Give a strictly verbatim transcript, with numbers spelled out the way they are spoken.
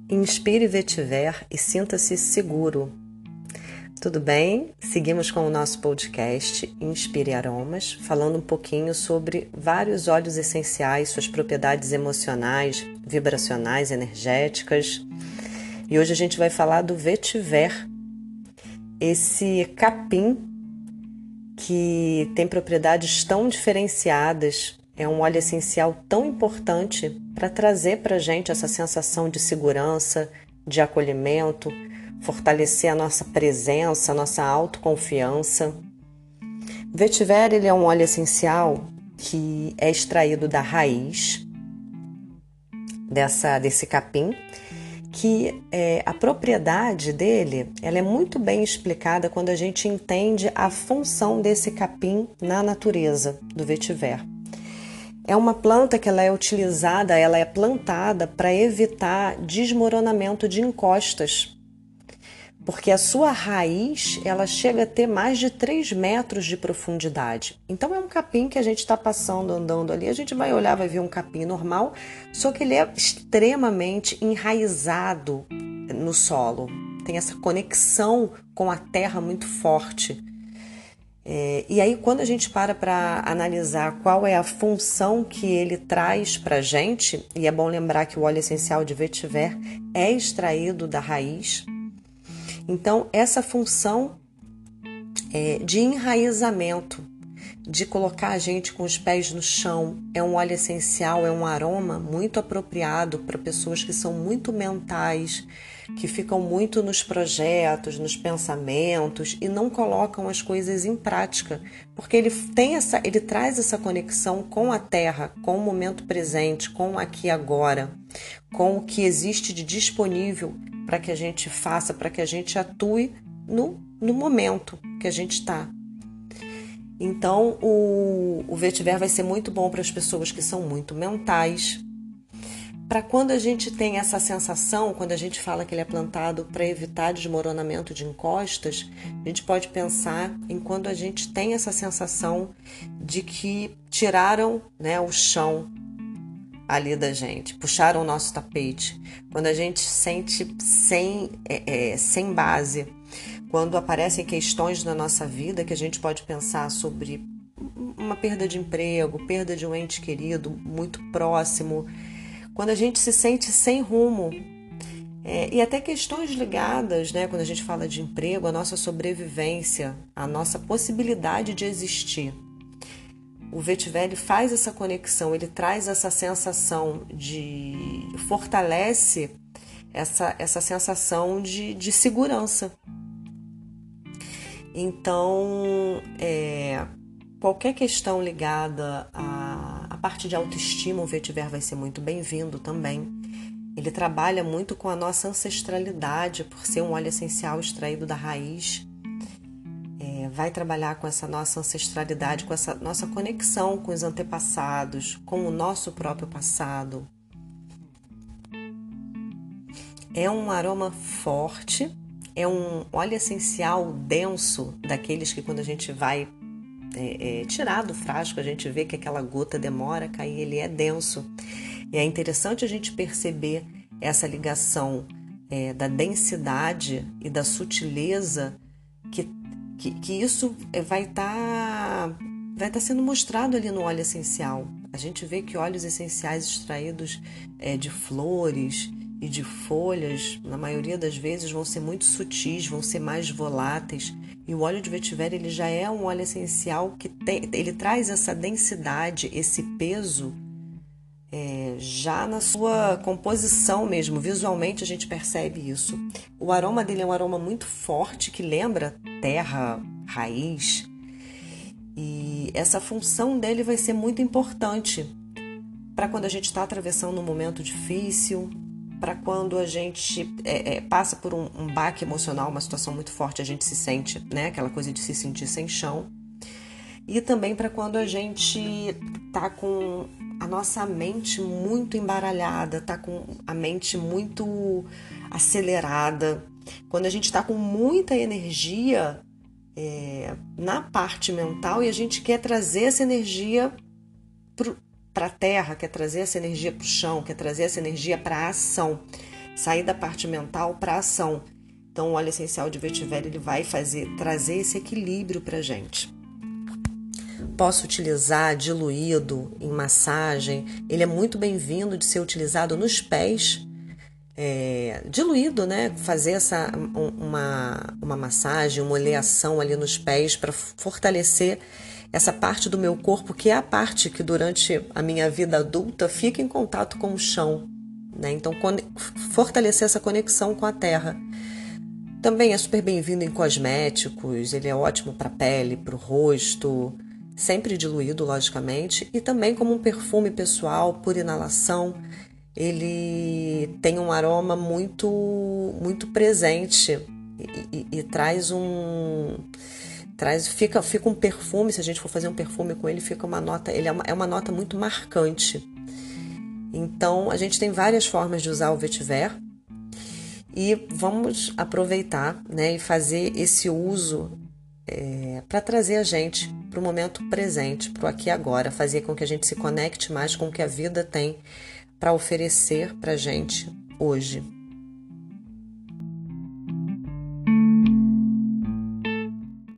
Inspire vetiver e sinta-se seguro. Tudo bem? Seguimos com o nosso podcast Inspire Aromas, falando um pouquinho sobre vários óleos essenciais, suas propriedades emocionais, vibracionais, energéticas. E hoje a gente vai falar do vetiver, esse capim que tem propriedades tão diferenciadas. É um óleo essencial tão importante para trazer para a gente essa sensação de segurança, de acolhimento, fortalecer a nossa presença, a nossa autoconfiança. O vetiver ele é um óleo essencial que é extraído da raiz dessa, desse capim, que é, a propriedade dele ela é muito bem explicada quando a gente entende a função desse capim na natureza do vetiver. É uma planta que ela é utilizada, ela é plantada para evitar desmoronamento de encostas, porque a sua raiz ela chega a ter mais de três metros de profundidade. Então é um capim que a gente está passando, andando ali, a gente vai olhar, vai ver um capim normal, só que ele é extremamente enraizado no solo, tem essa conexão com a terra muito forte. É, e aí quando a gente para para analisar qual é a função que ele traz para a gente, e é bom lembrar que o óleo essencial de vetiver é extraído da raiz, então essa função é, de enraizamento, de colocar a gente com os pés no chão, é um óleo essencial, é um aroma muito apropriado para pessoas que são muito mentais, que ficam muito nos projetos, nos pensamentos e não colocam as coisas em prática, porque ele tem essa, ele traz essa conexão com a terra, com o momento presente, com o aqui e agora, com o que existe de disponível para que a gente faça, para que a gente atue no, no momento que a gente está. Então, o, o vetiver vai ser muito bom para as pessoas que são muito mentais, para quando a gente tem essa sensação, quando a gente fala que ele é plantado para evitar desmoronamento de encostas, a gente pode pensar em quando a gente tem essa sensação de que tiraram, né, o chão ali da gente, puxaram o nosso tapete, quando a gente sente sem, é, é, sem base, quando aparecem questões na nossa vida que a gente pode pensar sobre uma perda de emprego, perda de um ente querido muito próximo, quando a gente se sente sem rumo, é, e até questões ligadas, né, quando a gente fala de emprego, a nossa sobrevivência, a nossa possibilidade de existir. O vetiver ele faz essa conexão, ele traz essa sensação de... fortalece essa, essa sensação de, de segurança. Então, é, qualquer questão ligada a A parte de autoestima, o vetiver vai ser muito bem-vindo também. Ele trabalha muito com a nossa ancestralidade, por ser um óleo essencial extraído da raiz. É, vai trabalhar com essa nossa ancestralidade, com essa nossa conexão com os antepassados, com o nosso próprio passado. É um aroma forte, é um óleo essencial denso, daqueles que quando a gente vai É, é, tirar do frasco, a gente vê que aquela gota demora a cair, ele é denso. E é interessante a gente perceber essa ligação é, da densidade e da sutileza, que, que, que isso vai estar vai tá sendo mostrado ali no óleo essencial. A gente vê que óleos essenciais extraídos é, de flores e de folhas, na maioria das vezes, vão ser muito sutis, vão ser mais voláteis. E o óleo de vetiver ele já é um óleo essencial que tem, ele traz essa densidade, esse peso, é, já na sua composição mesmo. Visualmente a gente percebe isso. O aroma dele é um aroma muito forte, que lembra terra, raiz. E essa função dele vai ser muito importante para quando a gente está atravessando um momento difícil, para quando a gente é, é, passa por um, um baque emocional, uma situação muito forte, a gente se sente, né, aquela coisa de se sentir sem chão. E também para quando a gente tá com a nossa mente muito embaralhada, tá com a mente muito acelerada, quando a gente está com muita energia é, na parte mental e a gente quer trazer essa energia para a terra, quer trazer essa energia para o chão, quer trazer essa energia para a ação. sair da parte mental para a ação. Então, o óleo essencial de vetiver ele vai fazer, trazer esse equilíbrio para a gente. Posso utilizar diluído em massagem. Ele é muito bem-vindo de ser utilizado nos pés. É, diluído, né? Fazer essa, uma, uma massagem, uma oleação ali nos pés para fortalecer essa parte do meu corpo, que é a parte que durante a minha vida adulta fica em contato com o chão, né? Então, fortalecer essa conexão com a terra. Também é super bem-vindo em cosméticos, ele é ótimo para a pele, para o rosto, sempre diluído, logicamente, e também como um perfume pessoal, por inalação. Ele tem um aroma muito, muito presente e, e, e traz um... Traz, fica, fica um perfume, se a gente for fazer um perfume com ele, fica uma nota, ele é uma, é uma nota muito marcante. Então, a gente tem várias formas de usar o vetiver e vamos aproveitar, né, e fazer esse uso é, para trazer a gente para o momento presente, para o aqui e agora, fazer com que a gente se conecte mais com o que a vida tem para oferecer para a gente hoje.